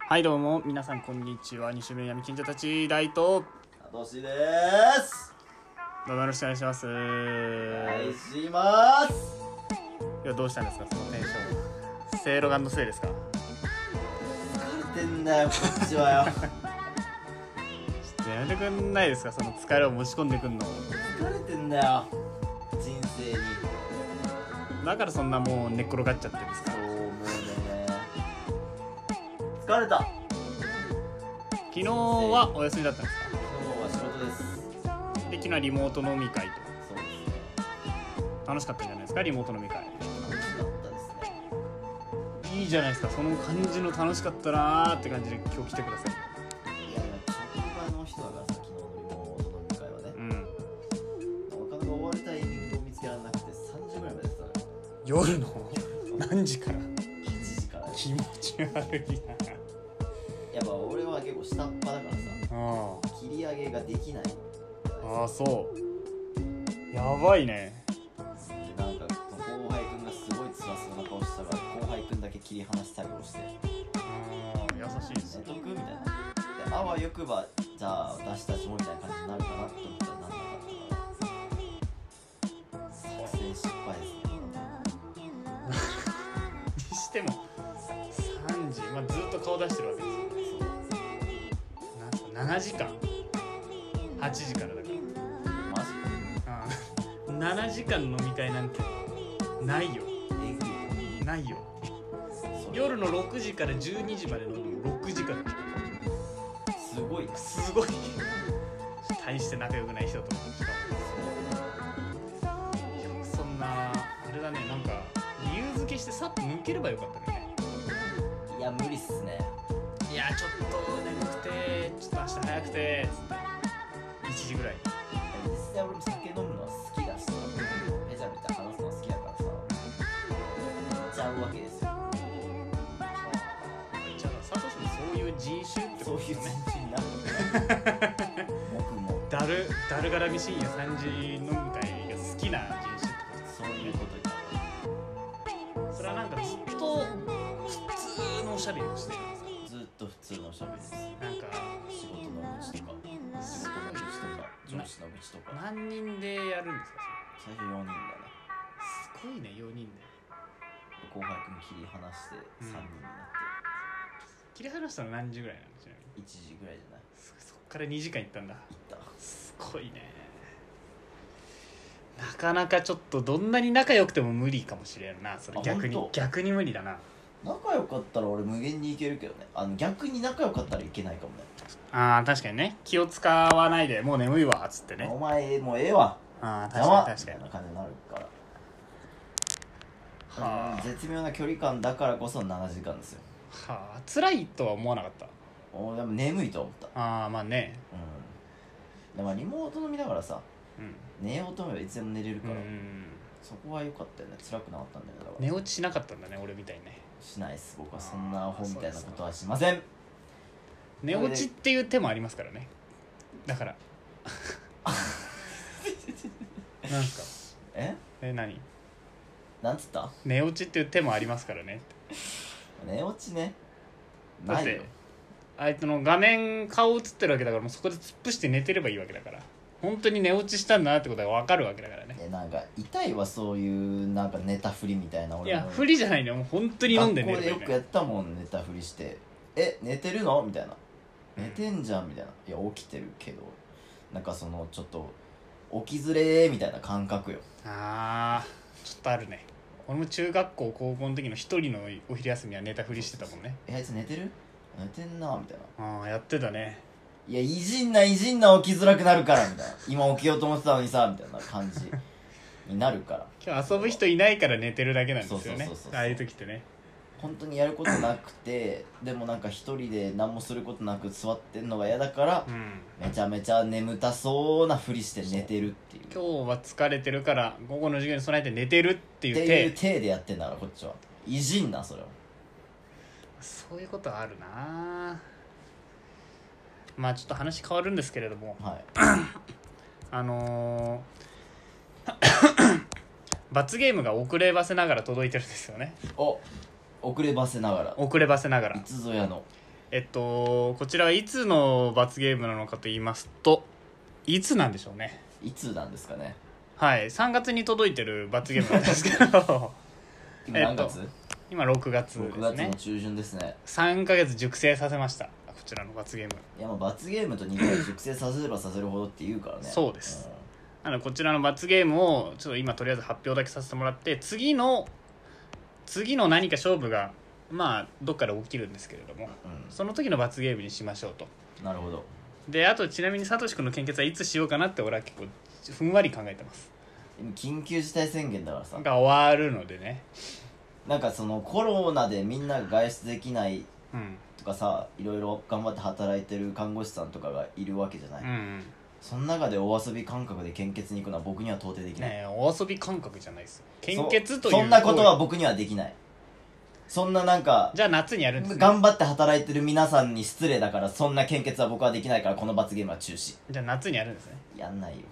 はいどうも皆さんこんにちは。2週目闇賢者たち大とサトシです。 どうもよろしくお願いします。 お願いします。 いやどうしたんですかそのテンション。せいろがんのせいですか。 疲れてんだよこっちはよ。 ちょっとやめてくんないですかその疲れを持ち込んでくんの。 疲れてんだよ人生に。 だからそんなもう寝っ転がっちゃってるんですか。 そうもうね疲れた。 昨日はお休みだったんですか。 今日は仕事です。 で昨日はリモート飲み会と。 そうですね。 楽しかったんじゃないですかリモート飲み会。 楽しかったですね。 いいじゃないですかその感じの楽しかったなーって感じで今日来てください。 いや職場の人だからさ、昨日のリモート飲み会はね、なかなか終わりたいタイミングを見つけられなくて3時ぐらいまでやってたのよ。 夜の何時から。 8時から。 気持ち悪いな。 やっぱ俺は結構下っ端だからさ、 あ切り上げができない。 ああそうやばいね。 でなんか後輩くんがすごい辛そうな顔してたから後輩くんだけ切り離し作業して優しいですね。 寝とくみたいな。であわよくばじゃあ私たちもみたいな感じになるかなって思ったらなんなかったから作戦失敗ですね。 にしても3時、まあ、ずっと顔出してるわけですよ。なんか7時間8時からだからマジ 7時間飲み会なんてないよ。 えぐい。 ないよ。 それ夜の6時から12時までの6時間すごいね。 すごい大して仲良くない人としかもそんなあれだね。なんか理由付けしてさっと抜ければよかったね。 いや無理っすね。 いやちょっと眠くてちょっと明日早くてつって1時ぐらい。 実際俺も酒飲むのは好きだしさ、めちゃめちゃ話すのは好きだからさ行っちゃうわけですよ。 じゃあサトシもそういう人種ってそういう人ことね。 種になる僕もだるがらみ深夜3時飲み会が好きな人種ってこと。 そういうことになる。 それはなんかずっと普通のおしゃべりをしてるんですか。 ずっと普通のおしゃべりです。 なんか仕事の愚痴とか仕事の愚痴とか上司の愚痴とか。 何人でやるんですか最初4人だね。 それ。すごいね4人で。 後輩くん切り離して3人になって切り離したの何時ぐらいなのちなみに。 1時ぐらいじゃない。 そっから2時間行ったんだ。 行った。 すごいね。なかなかちょっとどんなに仲良くても無理かもしれんなそれ。 あ逆本当に無理だな。 仲良かったら俺無限にいけるけどね。逆に仲良かったらいけないかもね。 あー確かにね。気を使わないでもう眠いわっつってね。 お前もうええわあー邪魔確かにみたいな感じになるから。 はあ絶妙な距離感だからこそ7時間ですよ。 はあ辛いとは思わなかった。 でも眠いと思った。 ああまあね。 でもリモート飲みながらさうん寝ようと思えばいつでも寝れるから、 うんそこは良かったよね。辛くなかったんだよね。だから寝落ちしなかったんだね俺みたいにね。 しないっす。僕はそんなアホみたいなことはしません。 寝落ちっていう手もありますからね。だからなんすか何なんつった？ 寝落ちっていう手もありますからね。 寝落ちね。 だってないよ。 あいつの画面顔映ってるわけだからもうそこで突っ伏して寝てればいいわけだから本当に寝落ちしたんだなってことが分かるわけだからね。 なんか痛いわそういうなんか寝たふりみたいな。 い俺もや不利じゃないのよもう本当に飲んで寝ればいい学校でよくやったもん。寝たふりして寝てるのみたいな。寝てんじゃんみたいな。いや起きてるけどなんかそのちょっと起きずれみたいな感覚よ。 あーちょっとあるね。俺も中学校高校の時の一人のお昼休みは寝たふりしてたもんね。 あいつ寝てる？寝てんなみたいな。 ああやってたね。 いやいじんな起きづらくなるからみたいな。今起きようと思ってたのにさみたいな感じになるから。 今日遊ぶ人いないから寝てるだけなんですよねそうああいう時ってね。 本当にやることなくてでもなんか一人で何もすることなく座ってんのが嫌だから、めちゃめちゃ眠たそうなふりして寝てるっていう。 今日は疲れてるから午後の授業に備えて寝てるっていうっていう手。 体でやってんだからこっちは。いじんなそれは。 そういうことあるな。まあちょっと話変わるんですけれどもはい罰ゲームが遅ればせながら届いてるんですよね。 遅ればせながら。 遅ればせながらいつぞやのこちらはいつの罰ゲームなのかと言いますと、いつなんでしょうね。 いつなんですかね。 はい、3月に届いてる罰ゲームなんですけど今何月？ 今6月 6 です月ね。 の中旬ですね。 3ヶ月熟成させました、こちらの罰ゲーム。 いや、まあ罰ゲームと2回熟成させればさせるほどって言うからね。 そうです、こちらの罰ゲームをちょっと今とりあえず発表だけさせてもらって、次の何か勝負がまあどっかで起きるんですけれども、その時の罰ゲームにしましょうと。 なるほど。 で、あとちなみにサトシ君の献血はいつしようかなって俺は結構ふんわり考えてます。 今緊急事態宣言だからさ、 が終わるのでね。 なんかそのコロナでみんなが外出できないうんとかさ、いろいろ頑張って働いてる看護師さんとかがいるわけじゃない、 うんその中でお遊び感覚で献血に行くのは僕には到底できない、 ねえ、お遊び感覚じゃないですよ、献血という。 そんなことは僕にはできない。そんななんかじゃあ夏にやるんですね。 頑張って働いてる皆さんに失礼だから、そんな献血は僕はできないから、この罰ゲームは中止。 じゃあ夏にやるんですね。 やんないよ。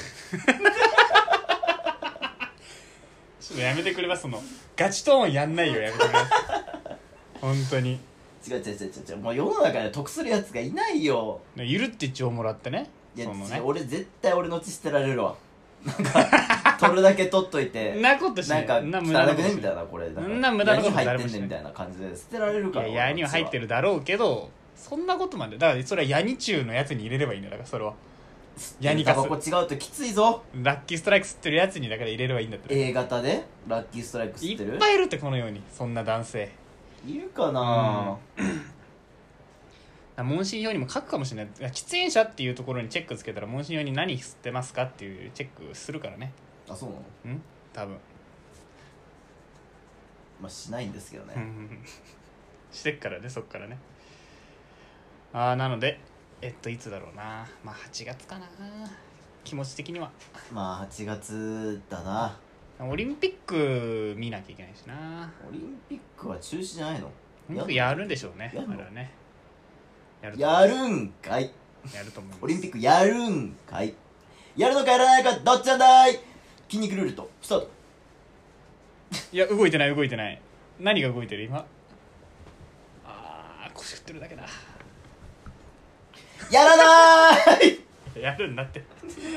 ちょっとやめてくれます、そのガチトーンやんないよ、やめてくれます本当に。 違う、もう世の中で得するやつがいないよ。 いるって情もらってね。 いや、 そのね、 俺絶対俺の血捨てられるわ。なんか取るだけ取っといてそんなことしない。 なんか無駄なことし汚くねみたいな、これそんな無駄なこと矢に入誰もしないってんねみたいな感じで捨てられるから。 いや、矢には入ってるだろうけど、そんなことまでだからそれは矢に中のやつに入れればいいんだよ。だからそれは矢にかすタバコ違うときついぞ。 ラッキーストライク吸ってるやつにだから入れればいいんだって。 A 型でラッキーストライク吸ってるいっぱいいるって、このようにそんな男性いるかな。 問診票にも書くかもしれない。喫煙者っていうところにチェックつけたら問診票に何吸ってますかっていうチェックするからね。 あ、そうなの。 多分まあしないんですけどね。 してっからね、そっからね。なのでいつだろうな。まあ8月かな、気持ち的には。 まあ8月だな。 オリンピック見なきゃいけないしな。 オリンピックは中止じゃないの？ オリンピックやるんでしょうね。 やるのあれはね、やるんかい。 やると思います。 オリンピックやるんかい。やるのかやらないかどっちなんだい。筋肉ルーレットスタート。 いや、動いてない。何が動いてる今。腰振ってるだけだ。 やらないやるんだって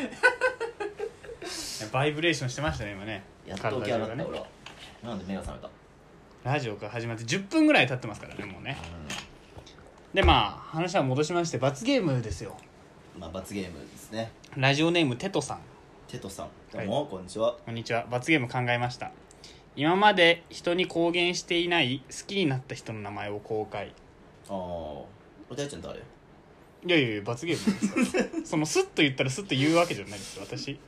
バイブレーションしてましたね今ね。 やっと起き上がった、 ね、 俺は。なんで目が覚めた。 ラジオが始まって10分ぐらい経ってますからね、もうね。で、まあ話は戻しまして、罰ゲームですよ。 まあ罰ゲームですね。 ラジオネームテトさん。 テトさん、どうも、こんにちは。 こんにちは。罰ゲーム考えました。今まで人に公言していない好きになった人の名前を公開。 おたやちゃん誰？ いや罰ゲームですからそのスッと言ったらスッと言うわけじゃないですよ、私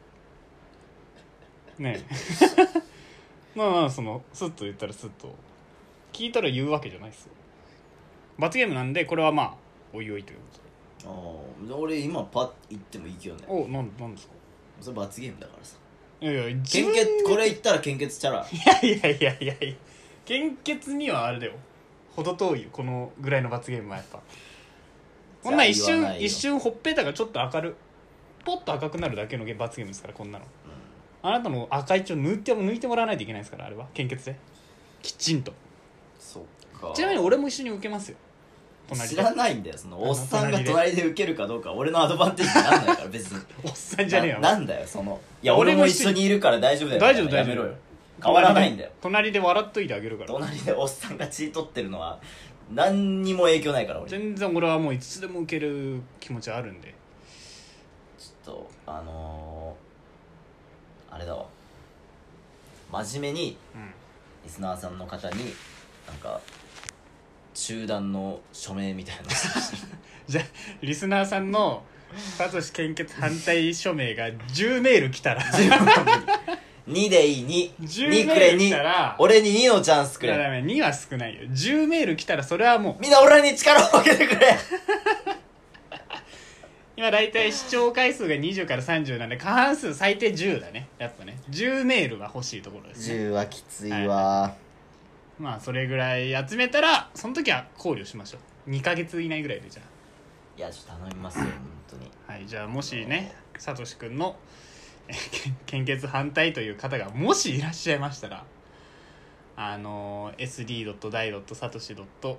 ねえまあそのスッと言ったらスッと聞いたら言うわけじゃないですよ。罰ゲームなんで、これはまあおいおいということで。 俺今パッ言ってもいいけどね。 なんですか。 それ罰ゲームだからさ。 いや献血、これ言ったら献血ちゃら。 いや献血にはあれだよ、程遠いよ、このぐらいの罰ゲームは。やっぱこんな一瞬ほっぺたがちょっとポッと赤くなるだけの罰ゲームですから、こんなの。あなたの赤い血を抜いてもらわないといけないですから、あれは献血できちんと。 そっか。 ちなみに俺も一緒に受けますよ、隣で。 知らないんだよ、そのおっさんが隣で受けるかどうか俺のアドバンテージになんないから別におっさんじゃねえよ。 なんだよその。いや俺も一緒にいるから大丈夫だよ。 大丈夫やめろよ。変わらないんだよ。 隣で笑っといてあげるから。 隣でおっさんが血取ってるのは何にも影響ないから。俺全然俺はもういつでも受ける気持ちあるんで。 ちょっとあれだわ、真面目にリスナーさんの方になんか集団の署名みたいなじゃあリスナーさんのサトシ献血反対署名が10メール来たら 2でいい。 10 2 メくれ。 ール来たら俺に2のチャンスくれ。 ダメ、2は少ないよ。10メール来たらそれはもうみんな俺に力を分けてくれ今だいたい視聴回数が20から30なんで、過半数最低10だね。やっぱね10メールが欲しいところですね。 10はきついわ、 まあそれぐらい集めたらその時は考慮しましょう。2ヶ月以内ぐらいで。じゃいやちょっと頼みますよ本当に。 あ、はい、じゃあもしねサトシ君の献血反対という方がもしいらっしゃいましたら、sd.dai.satoshi.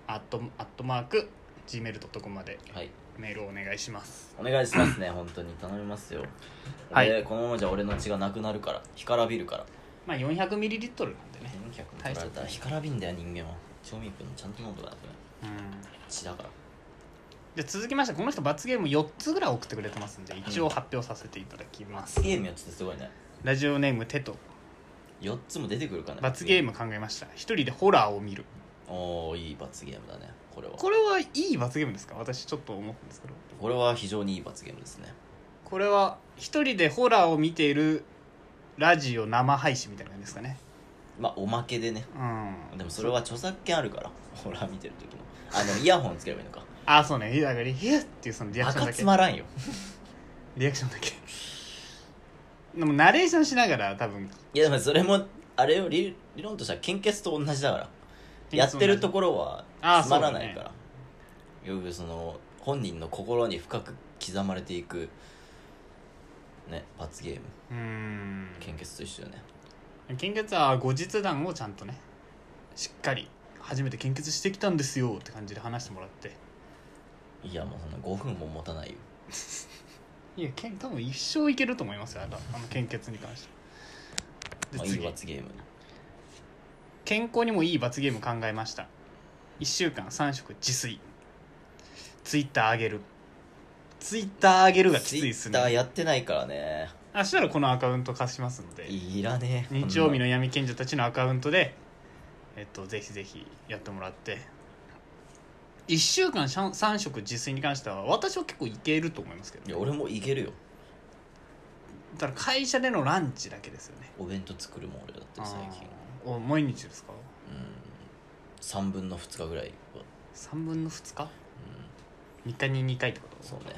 @gmail.com まではい、 メールをお願いします。 お願いしますね本当に頼みますよ。 はいこのままじゃ俺の血がなくなるから、干からびるから。 まあ 400ml なんでね。 400も取られたら干からびんだよ人間は。調味分ちゃんと飲んどかないとね。 うん血だから。 じゃあ続きましてこの人罰ゲーム4つぐらい送ってくれてますんで一応発表させていただきます。 ゲーム4つってすごいね。 ラジオネームテト。 4つも出てくるかね。 罰ゲーム考えました。一人でホラーを見る。 おー、いい罰ゲームだねこれは。 これはいい罰ゲームですか？私ちょっと思ったんですけど。 これは非常にいい罰ゲームですね。 これは一人でホラーを見ているラジオ生配信みたいな感じですかね。 まあおまけでね。 うん。 でもそれは著作権あるからホラー見てる時のイヤホンつければいいのか。 あ、そうね。だからヒュッっていうそのリアクションバカだけ。 つまらんよ。 リアクションだけ。でもナレーションしながら多分いやでもそれもあれを理論としては献血と同じだから、やってるところはつまらないから、よくその本人の心に深く刻まれていくね罰ゲーム。献血と一緒よね。 献血は後日談をちゃんとねしっかり初めて献血してきたんですよって感じで話してもらって。 いやもうそんな5分も持たないよ。 いや多分一生いけると思いますよ。献血に関してでまあ、いい罰ゲーム。 健康にもいい罰ゲーム考えました。1週間3食自炊。ツイッター上げる。ツイッター上げるがきついですね。 ツイッターやってないからね。 明日からこのアカウント貸しますので、 いらねえ。 日曜日の闇賢者たちのアカウントでぜひぜひやってもらって、1週間3食自炊に関しては私は結構いけると思いますけど、 いや俺もいけるよ。 だから会社でのランチだけですよね。 お弁当作るもん俺だって最近。 毎日ですか 3分の2日ぐらいは。 ？3分の2日、3日に2回ってこと？ そうね。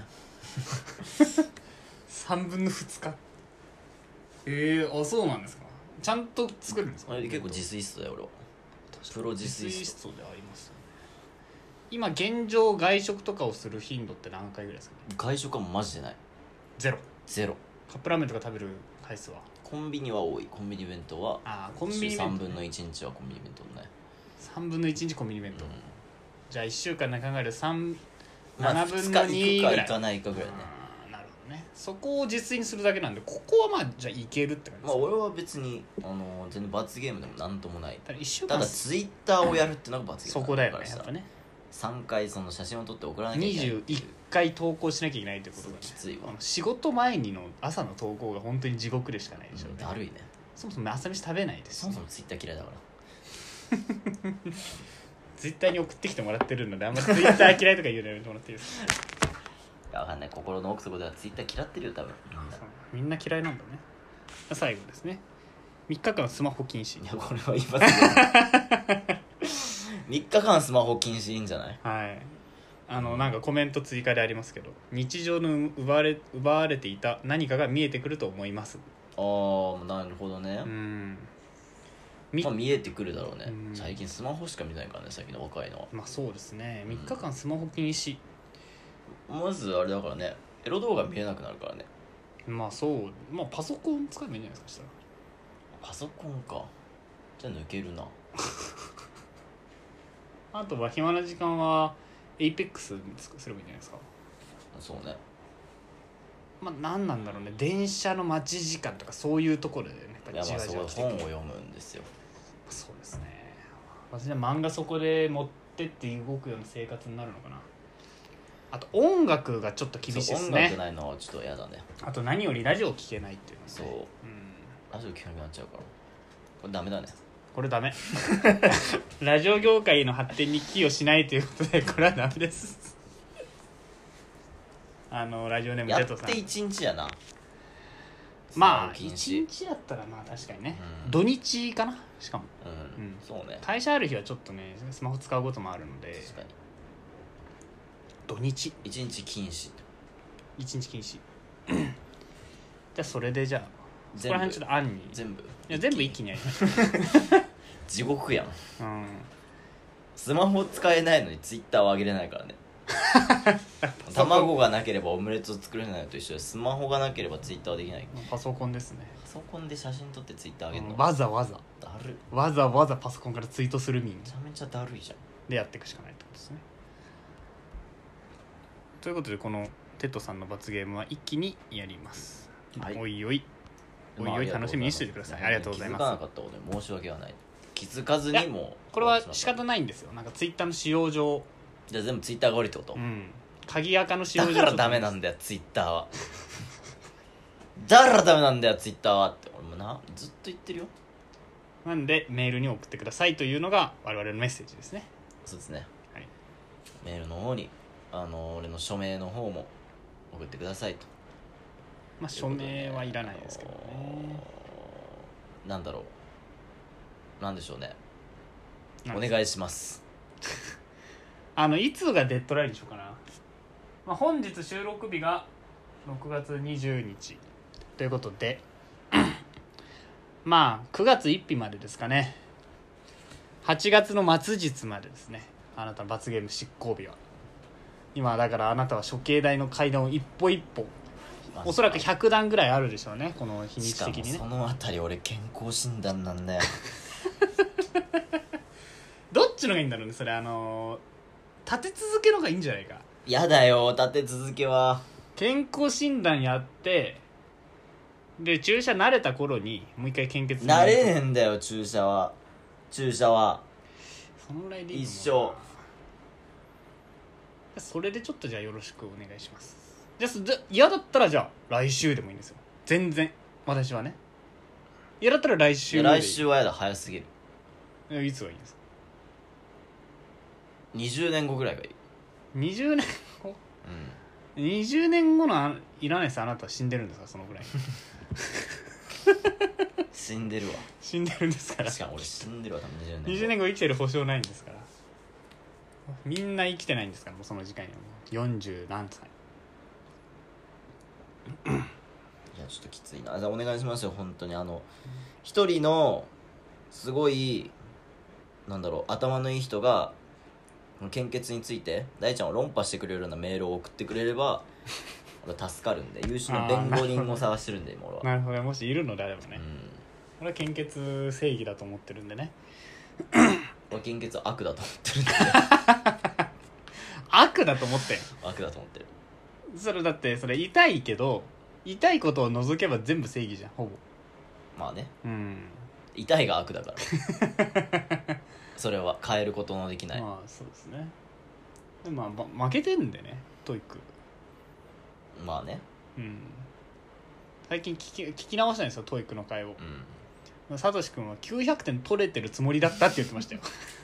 3分の2日。あ、そうなんですか。ちゃんと作るんですか？ あれ結構自炊室だよ俺は。プロ自炊室。 でありますよね。今現状外食とかをする頻度って何回ぐらいですかね？ 外食はもうマジでない。 ゼロ。カップラーメンとか食べる回数は？ コンビニは多い。コンビニ弁当はコンビニ弁当、 3分の1日はコンビニ弁当ね。 3分の1日コンビニ弁当、じゃあ1週間で考える7 まあ、 分の2ぐらい。 2日行くか行かないかぐらいね。 なるほどね。そこを実炊にするだけなんで、ここはまあじゃあいけるって感じですか。 まあ俺は別に全然罰ゲームでもなんともない。 ただ1週間ただツイッターをやるってのが罰ゲームそこだよねやっぱね。 3回その写真を撮って送らなきゃいけない。 21回投稿しなきゃいけないということがね、 きついわ。 仕事前にの朝の投稿が本当に地獄でしかないでしょうね。 だるいね。 そもそも朝飯食べないですし、 そもそもツイッター嫌いだからツイッターに送ってきてもらってるのであんまりツイッター嫌いとか言うのやめてもらっていいですか？ いやわかんない。心の奥底ではツイッター嫌ってるよ多分みんな嫌いなんだね。最後ですね、3日間スマホ禁止。 いやこれは言いますよ3日間スマホ禁止いいんじゃない？ はい。なんかコメント追加でありますけど、日常の奪われていた何かが見えてくると思います。 ああなるほどね。まあ見えてくるだろうね。最近スマホしか見ないからね最近の若いのは。 まあそうですね。3日間スマホ禁止、 まずあれだからね、エロ動画見えなくなるからね。 まあパソコン使えばいいんじゃないですか。したらパソコンか。じゃあ抜けるな。 あとは暇な時間はエイペックスすればいいんじゃないですか。 そうね。 まあ何なんだろうね、電車の待ち時間とかそういうところでねやっぱりじわじわそう本を読むんですよ。 そうですね。私は漫画そこで持ってって動くような生活になるのかな。あと音楽がちょっと厳しいですね。 音楽ないのはちょっと嫌だね。 あと何よりラジオを聴けないっていうの、ね、 そう、ラジオ聴かなくなっちゃうからこれダメだね。 これダメラジオ業界の発展に寄与しないということでこれはダメですラジオネームやっジェトさん、 て1日やな。 まあ禁 1 止日だったらまあ確かにね、 うん土日かな。しかも、 そうね。 会社ある日はちょっとねスマホ使うこともあるので、 確かに土日 1日禁止。 1日禁止じゃあそれでじゃあそこら辺ちょっと案に全部いや全部一気にやりましょ地獄やん。 う、 スマホ使えないのにツイッターを上げれないからね卵がなければオムレツを作れないのと一緒で、スマホがなければツイッターはできない。 パソコンですね。 パソコンで写真撮ってツイッター上げるの、 わざわざだるい。 わざわざパソコンからツイートする民めちゃめちゃだるいじゃん。 でやっていくしかないですね。ということでこのテトさんの罰ゲームは一気にやります、 はい、 おいおい楽しみにしておいてください。ありがとうございます。 気づかなかったことで申し訳はない。気づかずにもこれは仕方ないんですよ。なんかツイッターの使用上、 じゃあ全部ツイッターが悪いってこと？ 鍵垢の使用上だからダメなんだよツイッターはだからダメなんだよツイッターはって俺もずっと言ってるよ。 なんでメールに送ってくださいというのが我々のメッセージですね。 そうですね、 はい、 メールの方に俺の署名の方も送ってくださいと。 まあ署名はいらないですけどね。 なんだろう、なんでしょうね、お願いしますいつがデッドラインでしょうかな。まあ、本日収録日が6月20日ということでまあ9月1日までですかね。8月の末日までですね、あなたの罰ゲーム執行日は。今だからあなたは処刑台の階段を一歩一歩、おそらく100段ぐらいあるでしょうね、この日にち的にね。 しかもそのあたり俺健康診断なんだよどっちのがいいんだろうねそれ。立て続けのがいいんじゃないか。 やだよ立て続けは。 健康診断やってで注射慣れた頃にもう一回献血慣れねえんだよ注射はそのぐらいでいいの一生。 それでちょっとじゃあよろしくお願いします。じゃあ嫌だったらじゃあ来週でもいいんですよ全然。私はね嫌だったら来週でいい。 来週はやだ早すぎる。 いつがいいんですか。 20年後ぐらいがいい。 20年後、20年後のいらないです。あなたは死んでるんですかそのぐらい死んでるわ。 死んでるんですから。 確かに俺死んでるわ多分 20年後生きてる保証ないんですから。みんな生きてないんですからもうその時間にはもう40何歳いやちょっときついな。じゃあお願いしますよ本当に。一人のすごいなんだろう頭のいい人が献血について大ちゃんを論破してくれるようなメールを送ってくれれば俺助かるんで、優秀な弁護人を探してるんで今俺は。 なるほど、もしいるのであればね、俺は献血正義だと思ってるんでね俺献血は悪だと思ってるんで悪だと思ってん。 悪だと思ってる。 それだってそれ痛いけど痛いことを除けば全部正義じゃんほぼ。 まあね、痛いが悪だからそれは変えることのできない。 まあそうですね。でもまあ負けてんでねトイック。 まあね、 最近聞き直したんですよトイックの回を。サトシ君は900点取れてるつもりだったって言ってましたよ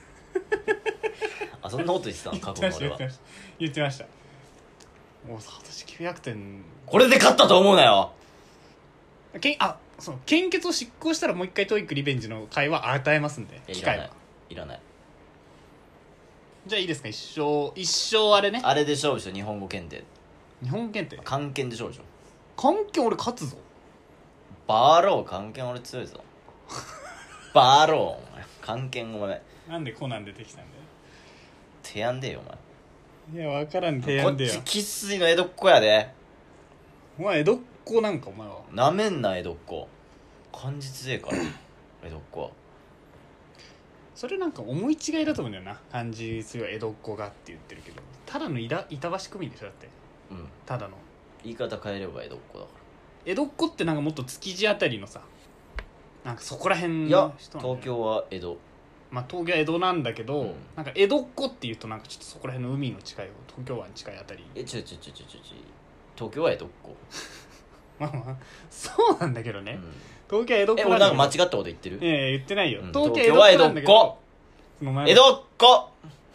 あそんなこと言ってたの過去の俺は言ってました。おサトシ900点これで勝ったと思うなよ。 そう献血を執行したらもう一回トイックリベンジの回は与えますんで。機会はいらない。 じゃあいいですか。一生あれね。 あれで勝負しよう。日本語検定。 日本語検定漢検で勝負しよう。 漢検俺勝つぞ。 バーロー漢検俺強いぞバーローお前漢検お前なんでコナン出てきたんだよ。 提案でよお前。いや分からん提こ案でよ。 っち生粋の江戸っ子やで。 お前江戸っ子なんかお前は。 なめんな江戸っ子。漢字強えから江戸っ子は。 それなんか思い違いだと思うんだよな。漢字強い江戸っ子がって言ってるけどただの板橋区民でしょだって。ただの言い方変えれば江戸っ子だから。 江戸っ子ってなんかもっと築地あたりのさなんかそこら辺の人。いや東京は江戸。 まあ東京は江戸なんだけど、なんか江戸っ子っていうとなんかちょっとそこら辺の海の近い東京湾に近いあたり。 東京は江戸っ子まあまあそうなんだけどね、東京は江戸っ子俺なんか間違ったこと言ってる。 言ってないよ、 東京は江戸っ子江戸っ子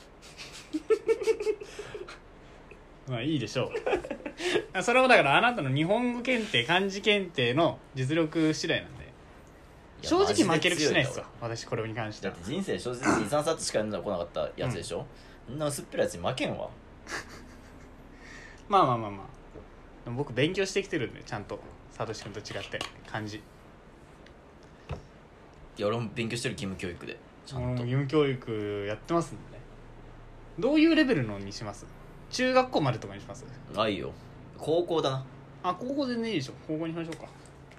まあいいでしょうそれもだからあなたの日本語検定漢字検定の実力次第なんで正直負ける気しないっすわ私これに関しては。 だって人生小説23冊しか読んだら来なかったやつでしょ、そんな薄っぺらいやつに負けんわまあでも僕勉強してきてるんでちゃんとサトシ君と違って漢字。 いや俺も勉強してる義務教育でちゃんと義務教育やってますんでね。どういうレベルのにします？中学校までとかにします？ あいいよ高校だな。 高校全然いいでしょ。高校にしましょうか。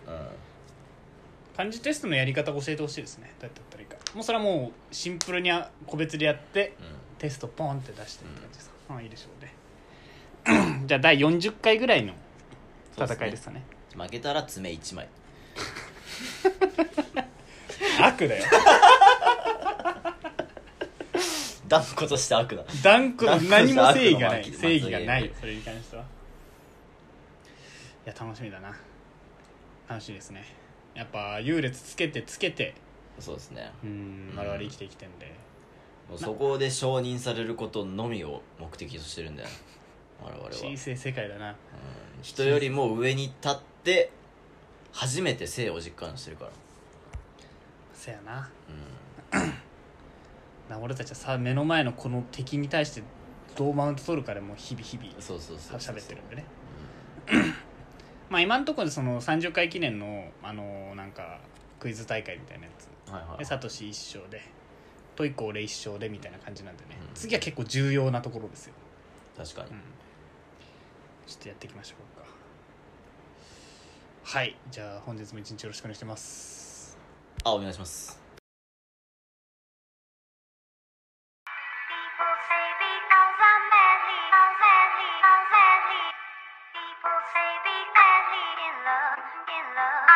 漢字テストのやり方教えてほしいですね。どうやってやったらいいか。もうそれはもうシンプルに個別でやって、 テストポンって出してって感じさ、いいでしょうねじゃあ第40回ぐらいの戦いですかね。 負けたら爪1枚悪だよ断固として悪だ。 断固何も正義がない、 断固として悪の正義がないよそれに関しては。いや楽しみだな、楽しいですね。やっぱ優劣つけてそうですね。 我々生きてきてんで、 もうそこで承認されることのみを目的としてるんだよ我々は。 神聖世界だな、 人よりも上に立って初めて生を実感してるから。 せやな、俺たちはさ目の前のこの敵に対してどうマウント取るかでもう日々 そう喋ってるんでねまあ今のところでその30回記念のなんかクイズ大会みたいなやつ、でサトシ1勝でトイコ俺1勝でみたいな感じなんでね、次は結構重要なところですよ。 確かに、 ちょっとやっていきましょうか。はい、じゃあ本日も一日よろしくお願いします。 お願いします。 People say be madly in love, in love.